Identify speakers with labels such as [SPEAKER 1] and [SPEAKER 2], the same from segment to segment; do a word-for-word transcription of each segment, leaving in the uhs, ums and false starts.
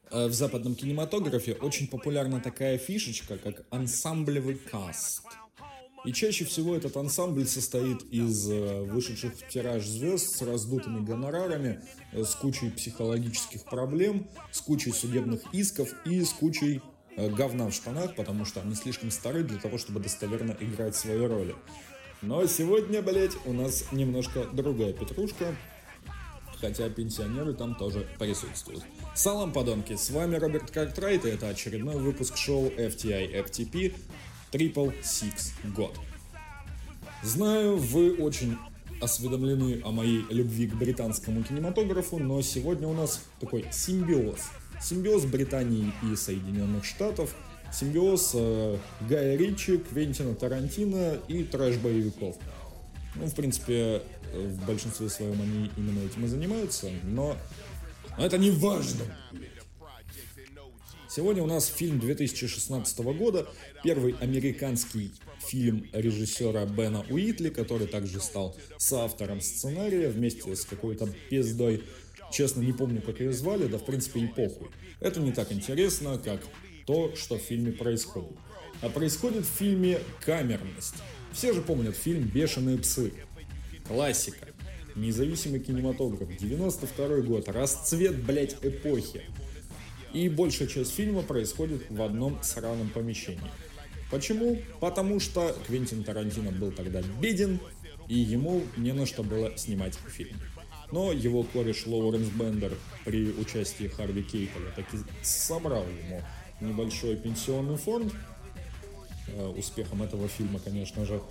[SPEAKER 1] Э, В западном кинематографе очень популярна такая фишечка, как ансамблевый каст. И чаще всего этот ансамбль состоит из э, вышедших в тираж звезд с раздутыми гонорарами, э, с кучей психологических проблем, с кучей судебных исков и с кучей э, говна в штанах, потому что они слишком стары для того, чтобы достоверно играть свои роли. Но сегодня, блять, у нас немножко другая петрушка, хотя пенсионеры там тоже присутствуют. Салам, подонки, с вами Роберт Картрайт, и это очередной выпуск шоу эф ти ай эф ти пи Triple Six God. Знаю, вы очень осведомлены о моей любви к британскому кинематографу, но сегодня у нас такой симбиоз. Симбиоз Британии и Соединенных Штатов, симбиоз э, Гая Ричи, Квентина Тарантино и трэш-боевиков. Ну, в принципе, в большинстве своем они именно этим и занимаются, но это не важно. Сегодня у нас фильм две тысячи шестнадцатого года, первый американский фильм режиссера Бена Уитли, который также стал соавтором сценария вместе с какой-то пиздой. Честно, не помню, как ее звали, да в принципе и похуй. Это не так интересно, как то, что в фильме происходит. А происходит в фильме камерность. Все же помнят фильм «Бешеные псы». Классика. Независимый кинематограф. девяносто второй год. Расцвет, блять, эпохи. И большая часть фильма происходит в одном сраном помещении. Почему? Потому что Квентин Тарантино был тогда беден, и ему не на что было снимать фильм. Но его кореш Лоуренс Бендер при участии Харви Кейтеля таки собрал ему небольшой пенсионный фонд. Успехом этого фильма, конечно же.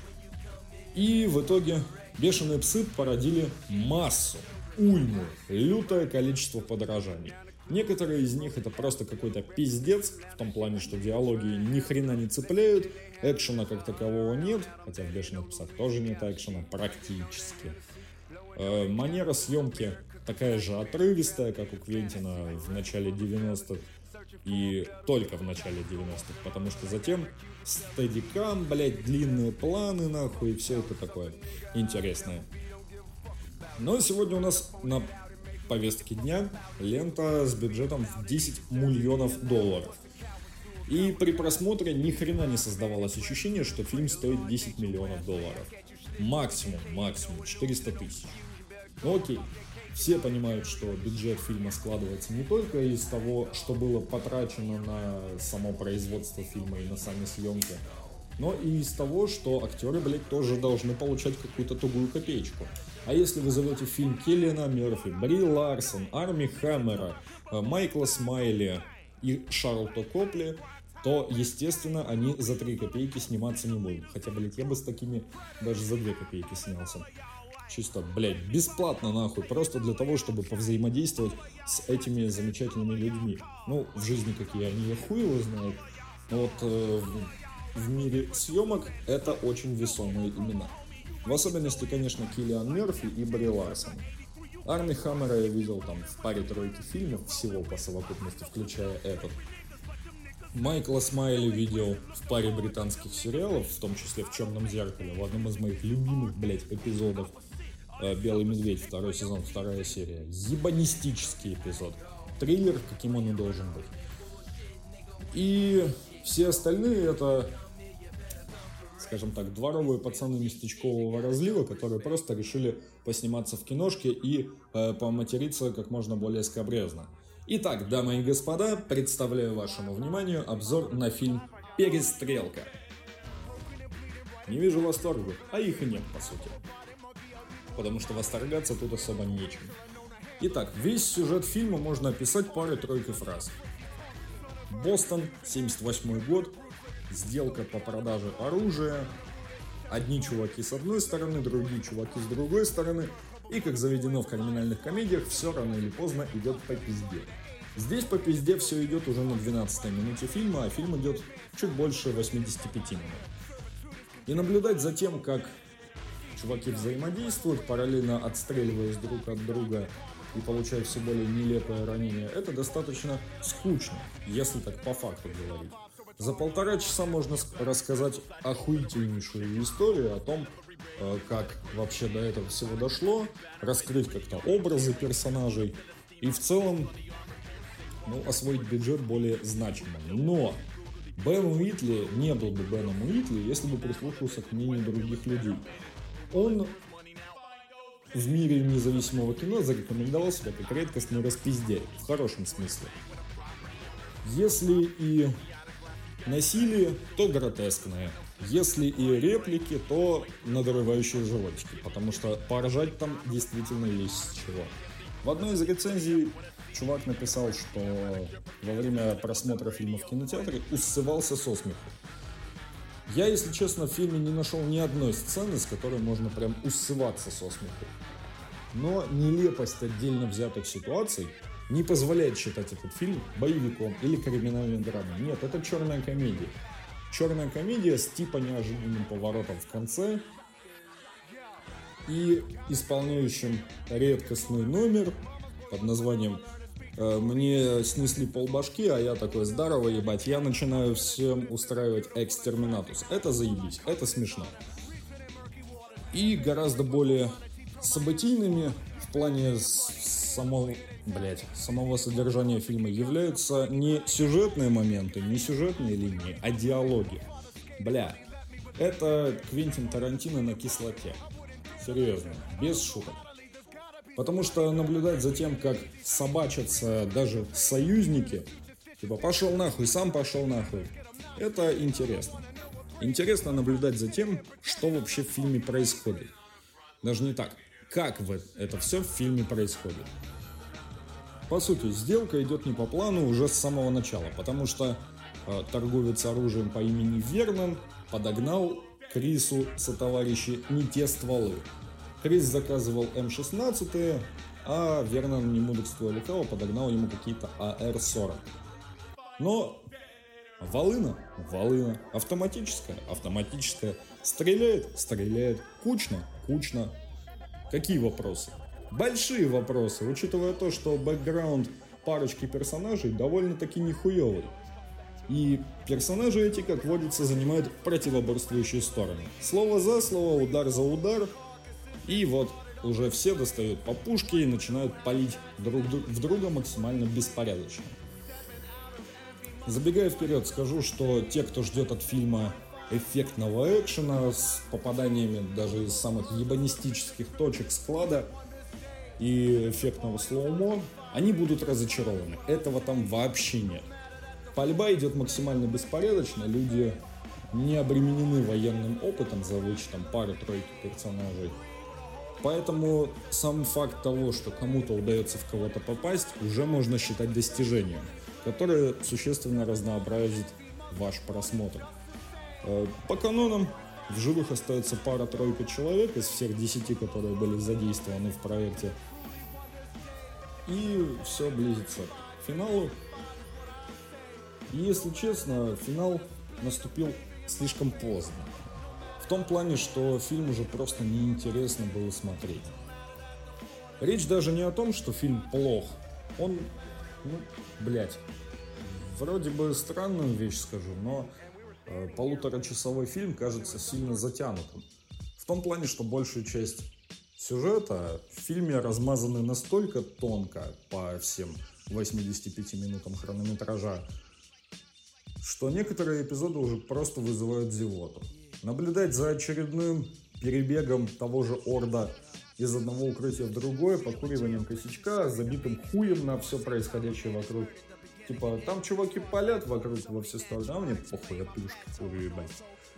[SPEAKER 1] И в итоге «Бешеные псы» породили массу, уйму, лютое количество подражаний. Некоторые из них это просто какой-то пиздец, в том плане, что диалоги ни хрена не цепляют, экшена как такового нет, хотя в «Бешеных псах» тоже нет экшена практически. Э, манера съемки такая же отрывистая, как у Квентина в начале девяностых и только в начале девяностых, потому что затем стедикам, блять, длинные планы, нахуй, и все это такое интересное. Но сегодня у нас на повестке дня лента с бюджетом в десять миллионов долларов. И при просмотре ни хрена не создавалось ощущение, что фильм стоит десять миллионов долларов. Максимум, максимум четыреста тысяч. Ну окей. Все понимают, что бюджет фильма складывается не только из того, что было потрачено на само производство фильма и на сами съемки, но и из того, что актеры, блядь, тоже должны получать какую-то тугую копеечку. А если вы зовете в фильм Киллиана Мерфи, Бри Ларсон, Арми Хаммера, Майкла Смайли и Шарлотта Копли, то, естественно, они за три копейки сниматься не будут. Хотя, блядь, я бы с такими даже за две копейки снялся. Чисто, блядь, бесплатно нахуй, просто для того, чтобы повзаимодействовать с этими замечательными людьми. Ну, в жизни какие они, я хуй его знаю. Но вот э, в, в мире съемок это очень весомые имена. В особенности, конечно, Киллиан Мерфи и Бри Ларсон. Арми Хаммера я видел там в паре-тройке фильмов всего по совокупности, включая этот. Майкла Смайли видел в паре британских сериалов, в том числе в «Черном зеркале», в одном из моих любимых, блядь, эпизодов. «Белый медведь», второй сезон, вторая серия. Ебанистический эпизод. Триллер, каким он и должен быть. И все остальные это, скажем так, дворовые пацаны местечкового разлива, которые просто решили посниматься в киношке и э, поматериться как можно более скабрезно. Итак, дамы и господа, представляю вашему вниманию обзор на фильм «Перестрелка». Не вижу восторга, а их и нет, по сути. Потому что восторгаться тут особо нечем. Итак, весь сюжет фильма можно описать парой-тройкой фраз. Бостон, семьдесят восьмой год, сделка по продаже оружия, одни чуваки с одной стороны, другие чуваки с другой стороны, и, как заведено в криминальных комедиях, все рано или поздно идет по пизде. Здесь по пизде все идет уже на двенадцатой минуте фильма, а фильм идет чуть больше восемьдесят пять минут. И наблюдать за тем, как чуваки взаимодействуют, параллельно отстреливаясь друг от друга и получая все более нелепое ранение, это достаточно скучно, если так по факту говорить. За полтора часа можно рассказать охуительнейшую историю о том, как вообще до этого всего дошло, раскрыть как-то образы персонажей и в целом ну, освоить бюджет более значимым. Но Бен Уитли не был бы Беном Уитли, если бы прислушался к мнению других людей. Он в мире независимого кино зарекомендовался как редкостный распиздяй, в хорошем смысле. Если и насилие, то гротескное. Если и реплики, то надрывающие животики, потому что поржать там действительно есть с чего. В одной из рецензий чувак написал, что во время просмотра фильма в кинотеатре уссывался со смеху. Я, если честно, в фильме не нашел ни одной сцены, с которой можно прям уссываться со смеху. Но нелепость отдельно взятых ситуаций не позволяет считать этот фильм боевиком или криминальной драмой. Нет, это черная комедия. Черная комедия с типа неожиданным поворотом в конце и исполняющим редкостный номер под названием «Мне снесли полбашки, а я такой, здорово, ебать, я начинаю всем устраивать экстерминатус». Это заебись, это смешно. И гораздо более событийными в плане самого, блядь, самого содержания фильма являются не сюжетные моменты, не сюжетные линии, а диалоги. Бля, это Квентин Тарантино на кислоте. Серьезно, без шуток. Потому что наблюдать за тем, как собачатся даже союзники, типа пошел нахуй, сам пошел нахуй, это интересно. Интересно наблюдать за тем, что вообще в фильме происходит. Даже не так, как это все в фильме происходит. По сути, сделка идет не по плану уже с самого начала, потому что э, торговец оружием по имени Вернон подогнал Крису сотоварищи не те стволы. Крис заказывал эм шестнадцать, а Вернон, не мудрствуя лукаво, подогнал ему какие-то а эр сорок. Но волына, волына, автоматическая, автоматическая, стреляет, стреляет, кучно, кучно. Какие вопросы? Большие вопросы, учитывая то, что бэкграунд парочки персонажей довольно-таки нихуевый. И персонажи эти, как водится, занимают противоборствующие стороны. Слово за слово, удар за удар. И вот уже все достают по пушке и начинают палить друг в друга максимально беспорядочно. Забегая вперед, скажу, что те, кто ждет от фильма эффектного экшена с попаданиями даже из самых ебанистических точек склада и эффектного слоумо, они будут разочарованы. Этого там вообще нет. Пальба идет максимально беспорядочно, люди не обременены военным опытом за вычетом пары-тройки персонажей. Поэтому сам факт того, что кому-то удается в кого-то попасть, уже можно считать достижением, которое существенно разнообразит ваш просмотр. По канонам в живых остается пара-тройка человек из всех десяти, которые были задействованы в проекте. И все близится к финалу. И если честно, финал наступил слишком поздно. В том плане, что фильм уже просто неинтересно было смотреть. Речь даже не о том, что фильм плох. Он, ну, блять, вроде бы странную вещь скажу, но э, полуторачасовой фильм кажется сильно затянутым. В том плане, что большую часть сюжета в фильме размазаны настолько тонко по всем восьмидесяти пяти минутам хронометража, что некоторые эпизоды уже просто вызывают зевоту. Наблюдать за очередным перебегом того же Орда из одного укрытия в другое, покуриванием косячка, забитым хуем на все происходящее вокруг. Типа, там чуваки палят вокруг во все стороны, а мне похуй, я пушки курю, ебать.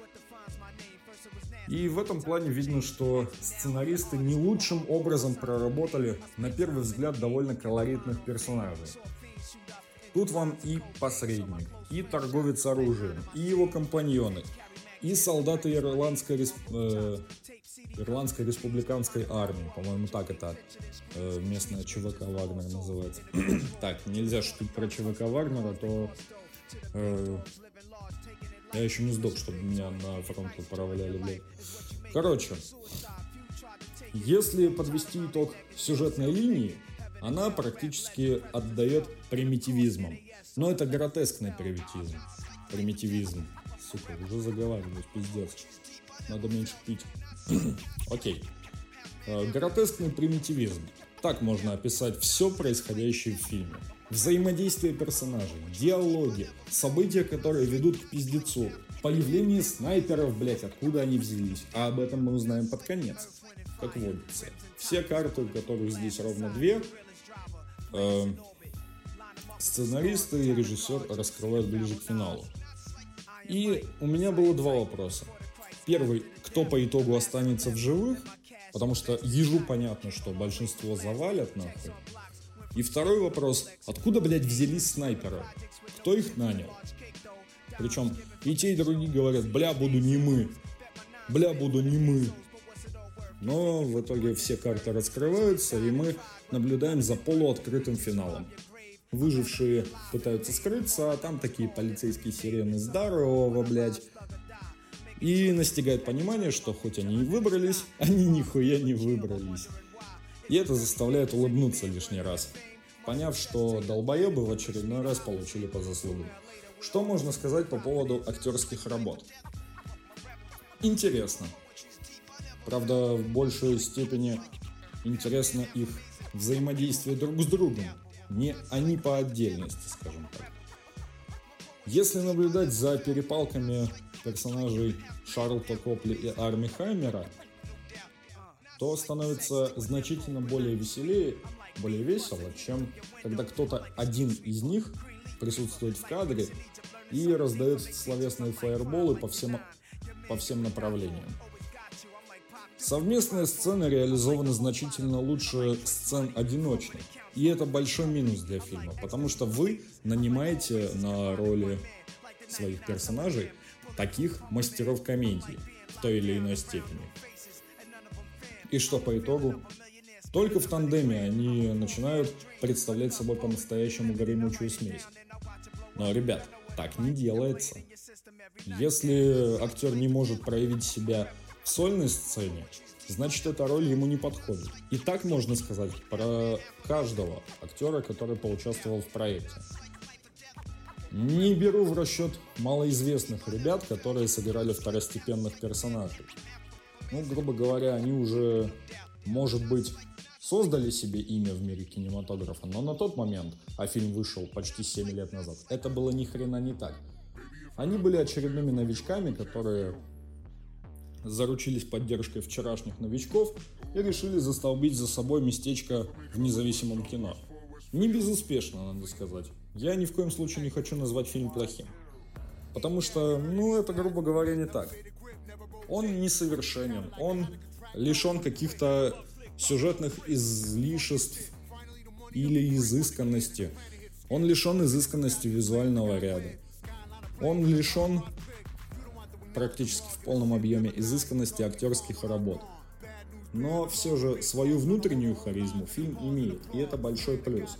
[SPEAKER 1] И в этом плане видно, что сценаристы не лучшим образом проработали, на первый взгляд, довольно колоритных персонажей. Тут вам и посредник, и торговец оружием, и его компаньоны, и солдаты Ирландской, респ... э... Ирландской республиканской армии. По-моему, так это э, местная ЧВК Вагнер называется. Так, нельзя шутить про ЧВК Вагнера, то э... я еще не сдох, чтобы меня на фронт отправляли, блядь. Короче, если подвести итог сюжетной линии, она практически отдает примитивизмом. Но это гротескный примитивизм. Примитивизм. Сука, уже заговариваюсь, пиздец. Надо меньше пить. Окей. Гротескный примитивизм. Так можно описать все происходящее в фильме. взаимодействие персонажей, диалоги, события, которые ведут к пиздецу, появление снайперов, блять, откуда они взялись, а об этом мы узнаем под конец, как водится. Все карты, которых здесь ровно две, э, сценаристы и режиссер раскрывают ближе к финалу. И у меня было два вопроса. Первый, кто по итогу останется в живых, потому что ежу понятно, что большинство завалят нахуй. И второй вопрос, откуда, блядь, взялись снайперы? Кто их нанял? Причем и те, и другие говорят, бля, буду не мы, бля, буду не мы. Но в итоге все карты раскрываются, и мы наблюдаем за полуоткрытым финалом. Выжившие пытаются скрыться, а там такие полицейские сирены здорово, блядь. И настигает понимание, что хоть они и выбрались, они нихуя не выбрались. И это заставляет улыбнуться лишний раз, поняв, что долбоебы в очередной раз получили по заслугам. Что можно сказать по поводу актерских работ? Интересно. Правда, в большей степени интересно их взаимодействие друг с другом. Не они по отдельности, скажем так. Если наблюдать за перепалками персонажей Шарлта Копли и Арми Хаммера, то становится значительно более веселее, более весело, чем когда кто-то один из них присутствует в кадре и раздает словесные фаерболы по всем, по всем направлениям. Совместные сцены реализованы значительно лучше сцен одиночных. И это большой минус для фильма, потому что вы нанимаете на роли своих персонажей таких мастеров комедии в той или иной степени. И что по итогу? Только в тандеме они начинают представлять собой по-настоящему гремучую смесь. Но, ребят, так не делается. Если актер не может проявить себя в сольной сцене, значит, эта роль ему не подходит. И так можно сказать про каждого актера, который поучаствовал в проекте. Не беру в расчет малоизвестных ребят, которые сыграли второстепенных персонажей. Ну, грубо говоря, они уже, может быть, создали себе имя в мире кинематографа, но на тот момент, а фильм вышел почти семь лет назад, это было ни хрена не так. Они были очередными новичками, которые заручились поддержкой вчерашних новичков и решили застолбить за собой местечко в независимом кино. Не безуспешно, надо сказать. Я ни в коем случае не хочу назвать фильм плохим. Потому что, ну, это, грубо говоря, не так. Он несовершенен, он лишен каких-то сюжетных излишеств или изысканности. Он лишен изысканности визуального ряда. Он лишен практически в полном объеме изысканности актерских работ. Но все же свою внутреннюю харизму фильм имеет, и это большой плюс.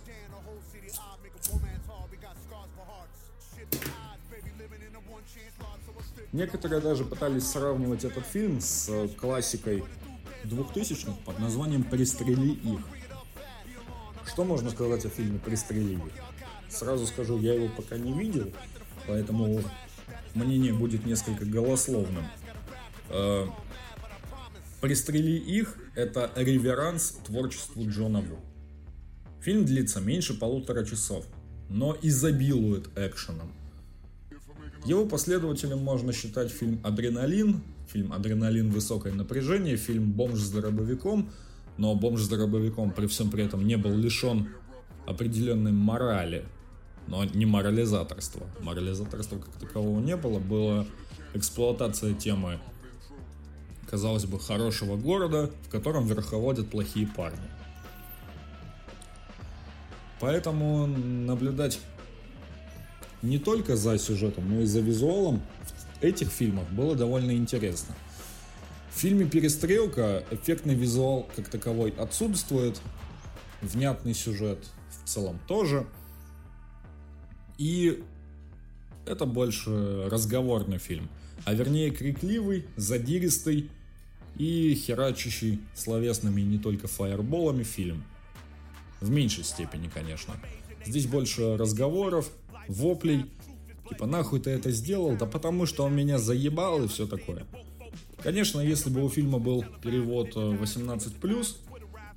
[SPEAKER 1] Некоторые даже пытались сравнивать этот фильм с классикой двухтысячных под названием «Пристрели их». Что можно сказать о фильме «Пристрели их»? Сразу скажу, я его пока не видел, поэтому мнение будет несколько голословным. «Пристрели их» — это реверанс творчеству Джона Ву. Фильм длится меньше полутора часов, но изобилует экшеном. Его последователем можно считать фильм «Адреналин», фильм «Адреналин. Высокое напряжение», фильм «Бомж с дробовиком», но «Бомж с дробовиком» при всем при этом не был лишен определенной морали, но не морализаторства. Морализаторства как такового не было, была эксплуатация темы, казалось бы, хорошего города, в котором верховодят плохие парни. Поэтому наблюдать не только за сюжетом, но и за визуалом этих фильмов было довольно интересно. В фильме «Перестрелка» эффектный визуал как таковой отсутствует, внятный сюжет в целом тоже. И это больше разговорный фильм, а вернее крикливый, задиристый и херачащий словесными не только фаерболами фильм. В меньшей степени, конечно. Здесь больше разговоров, воплей, типа нахуй ты это сделал, да потому что он меня заебал и все такое. Конечно, если бы у фильма был перевод восемнадцать плюс,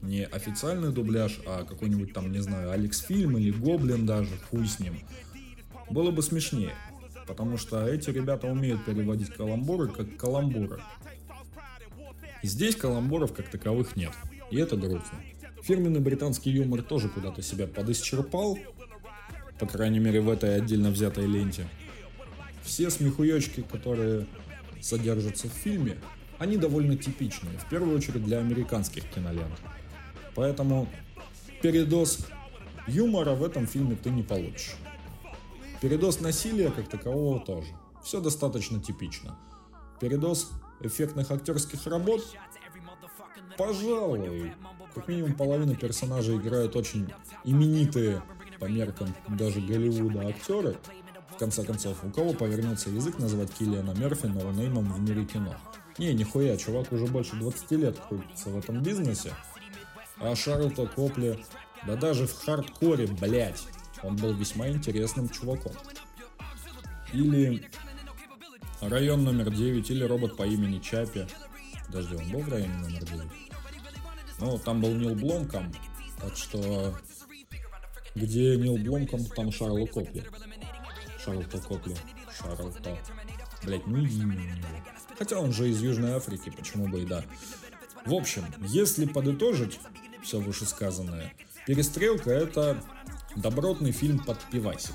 [SPEAKER 1] Не официальный дубляж, а какой-нибудь там, не знаю, Алекс-фильм или Гоблин даже, хуй с ним. Было бы смешнее, потому что эти ребята умеют переводить каламбуры как каламбуры. Здесь каламбуров как таковых нет, и это грустно. Фирменный британский юмор тоже куда-то себя подисчерпал, по крайней мере в этой отдельно взятой ленте. Все смехуёчки, которые содержатся в фильме, они довольно типичные, в первую очередь для американских кинолент. Поэтому передоз юмора в этом фильме ты не получишь. Передоз насилия как такового тоже. Все достаточно типично. Передоз эффектных актерских работ? Пожалуй. Как минимум половина персонажей играют очень именитые по меркам даже Голливуда актеры. В конце концов, у кого повернется язык назвать Киллиана Мерфи ноунеймом в мире кино? Не, нихуя, чувак уже больше двадцати лет крутится в этом бизнесе. А Шарлтон Копли, да даже в хардкоре, блять, он был весьма интересным чуваком. Или Район номер девять, или Робот по имени Чаппи. Подожди, он был в Районе номер девять? Ну, там был Нил Бломкамп, так что... Где Нил Бломкамп, там Шарлтон Копли. Шарлтон Копли. Шарлтон. Блять, ну имя у него. Хотя он же из Южной Африки, почему бы и да. В общем, если подытожить все вышесказанное, «Перестрелка» — это добротный фильм под пивасик.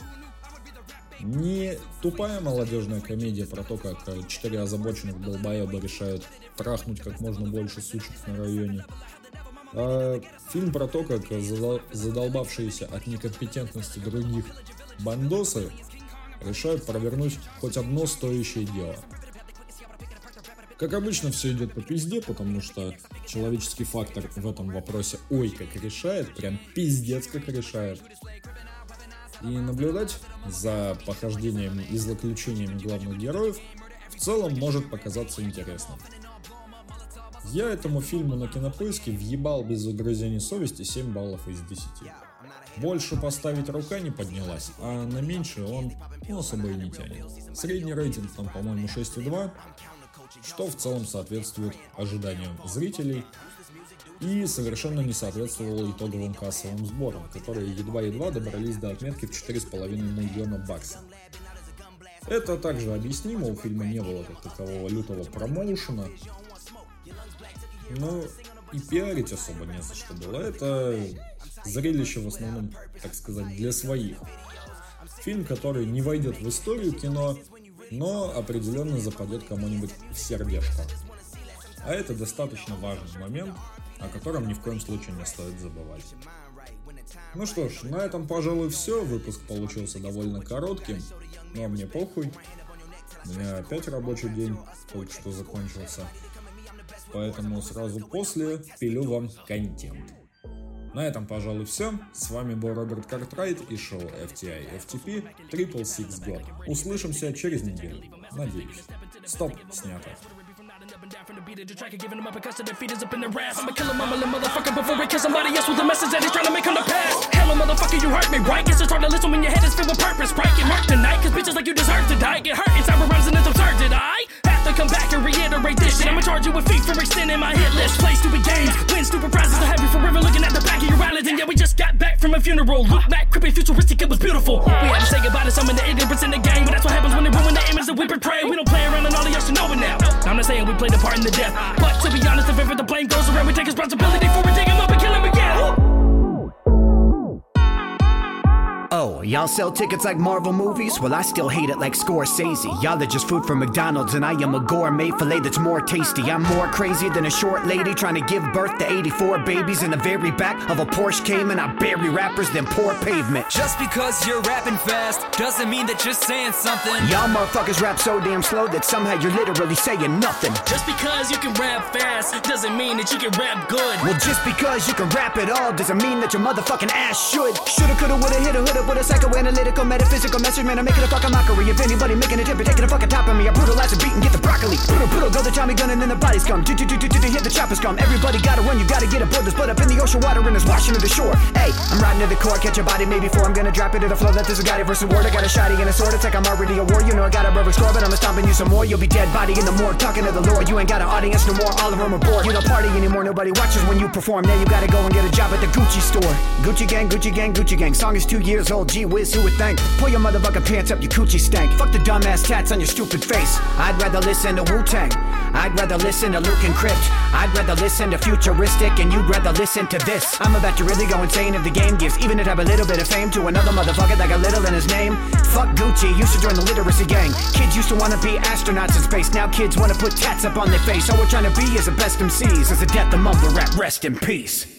[SPEAKER 1] Не тупая молодежная комедия про то, как четыре озабоченных долбоеба решают трахнуть как можно больше сучек на районе, а фильм про то, как задолбавшиеся от некомпетентности других бандосы решают провернуть хоть одно стоящее дело. Как обычно, все идет по пизде, потому что человеческий фактор в этом вопросе ой как решает, прям пиздец как решает. И наблюдать за похождениями и злоключениями главных героев в целом может показаться интересным. Я этому фильму на Кинопоиске въебал без угрызений совести семь баллов из десяти. Больше поставить рука не поднялась, а на меньше он ну, особо и не тянет. Средний рейтинг там, по-моему, шесть и два, что в целом соответствует ожиданиям зрителей и совершенно не соответствовало итоговым кассовым сборам, которые едва-едва добрались до отметки в четыре с половиной миллиона баксов. Это также объяснимо, у фильма не было как такового лютого промоушена, но и пиарить особо не за что было. Это зрелище в основном, так сказать, для своих. Фильм, который не войдет в историю кино, но определенно западет кому-нибудь в сердечко. А это достаточно важный момент, о котором ни в коем случае не стоит забывать. Ну что ж, на этом, пожалуй, все. Выпуск получился довольно коротким, но мне похуй. У меня опять рабочий день только что закончился. Поэтому сразу после пилю вам контент. На этом, пожалуй, все. С вами был Роберт Картрайт и шоу эф ти ай эф ти пи Triple Six God. Услышимся через неделю. Надеюсь. Стоп, снято. From the beat of the track and giving them up because of their feet is up in their ass. I'ma kill a mama little motherfucker before we kill somebody else with a message that he's trying to make come to pass. Hell, motherfucker, you hurt me, right? Guess it's hard to listen when your head is filled with purpose, right? Get murked tonight, cause bitches like you deserve to die. Get hurt inside my rhymes and it's absurd, did I? Have to come back and reiterate this shit. I'ma charge you with feet for extending my hit list. Play stupid games, win stupid prizes. I have you forever looking at the back of your eyelids. And yeah, we just got back from a funeral. Look back, creepy, futuristic, it was beautiful. We had to say goodbye to some of the ignorance in the game, but that's what happens when they ruin the image that we portray. We don't play around and all of y'all should know it now. Now I'm not saying we played a part in the death, but to be honest, if ever the blame goes around, we take responsibility for it, dig him up and kill him again.
[SPEAKER 2] Oh, y'all sell tickets like Marvel movies? Well, I still hate it like Scorsese. Y'all are just food from McDonald's and I am a gourmet filet that's more tasty. I'm more crazy than a short lady trying to give birth to eighty-four babies in the very back of a Porsche Cayman. I bury rappers than poor pavement.
[SPEAKER 3] Just because you're rapping fast doesn't mean that you're saying something.
[SPEAKER 2] Y'all motherfuckers rap so damn slow that somehow you're literally saying nothing.
[SPEAKER 3] Just because you can rap fast doesn't mean that you can rap good.
[SPEAKER 2] Well, just because you can rap at all doesn't mean that your motherfucking ass should. Shoulda, coulda, woulda, hit a hood up with with a psychoanalytical, metaphysical message, man, I'm making a fucking mockery. If anybody making a tip, you're taking a fucking top of me. I brutalize a beat and get the broccoli. Brutal, brutal, go the Tommy gun and then the bodies come. Hit the choppers come. Everybody gotta run, you gotta get aboard. There's blood up in the ocean water and it's washing to the shore. Hey, I'm riding to the core, catch a body maybe four. I'm gonna drop it to the floor, that there's a guy versus ward. I got a shotty and a sword, it's like I'm already a war. You know I got a perfect score, but I'm stomping you some more. You'll be dead body in the morgue, talking to the Lord. You ain't got an audience no more, all of them are bored. You don't party anymore, nobody watches when you perform. Now you gotta go and get a job at the Gucci store. Gucci gang, Gucci gang, Gucci gang. Song is two years old, gee whiz, who would think? Pull your motherfucking pants up, you coochie stank. Fuck the dumbass tats on your stupid face. I'd rather listen to Wu-Tang. I'd rather listen to Luke and Crypt. I'd rather listen to Futuristic, and you'd rather listen to this. I'm about to really go insane if the game gives even it have a little bit of fame to another motherfucker that got little in his name. Fuck Gucci, used to join the literacy gang. Kids used to wanna be astronauts in space. Now kids wanna put tats up on their face. All we're trying to be is the best M Cs. As the death of mumble rap, rest in peace.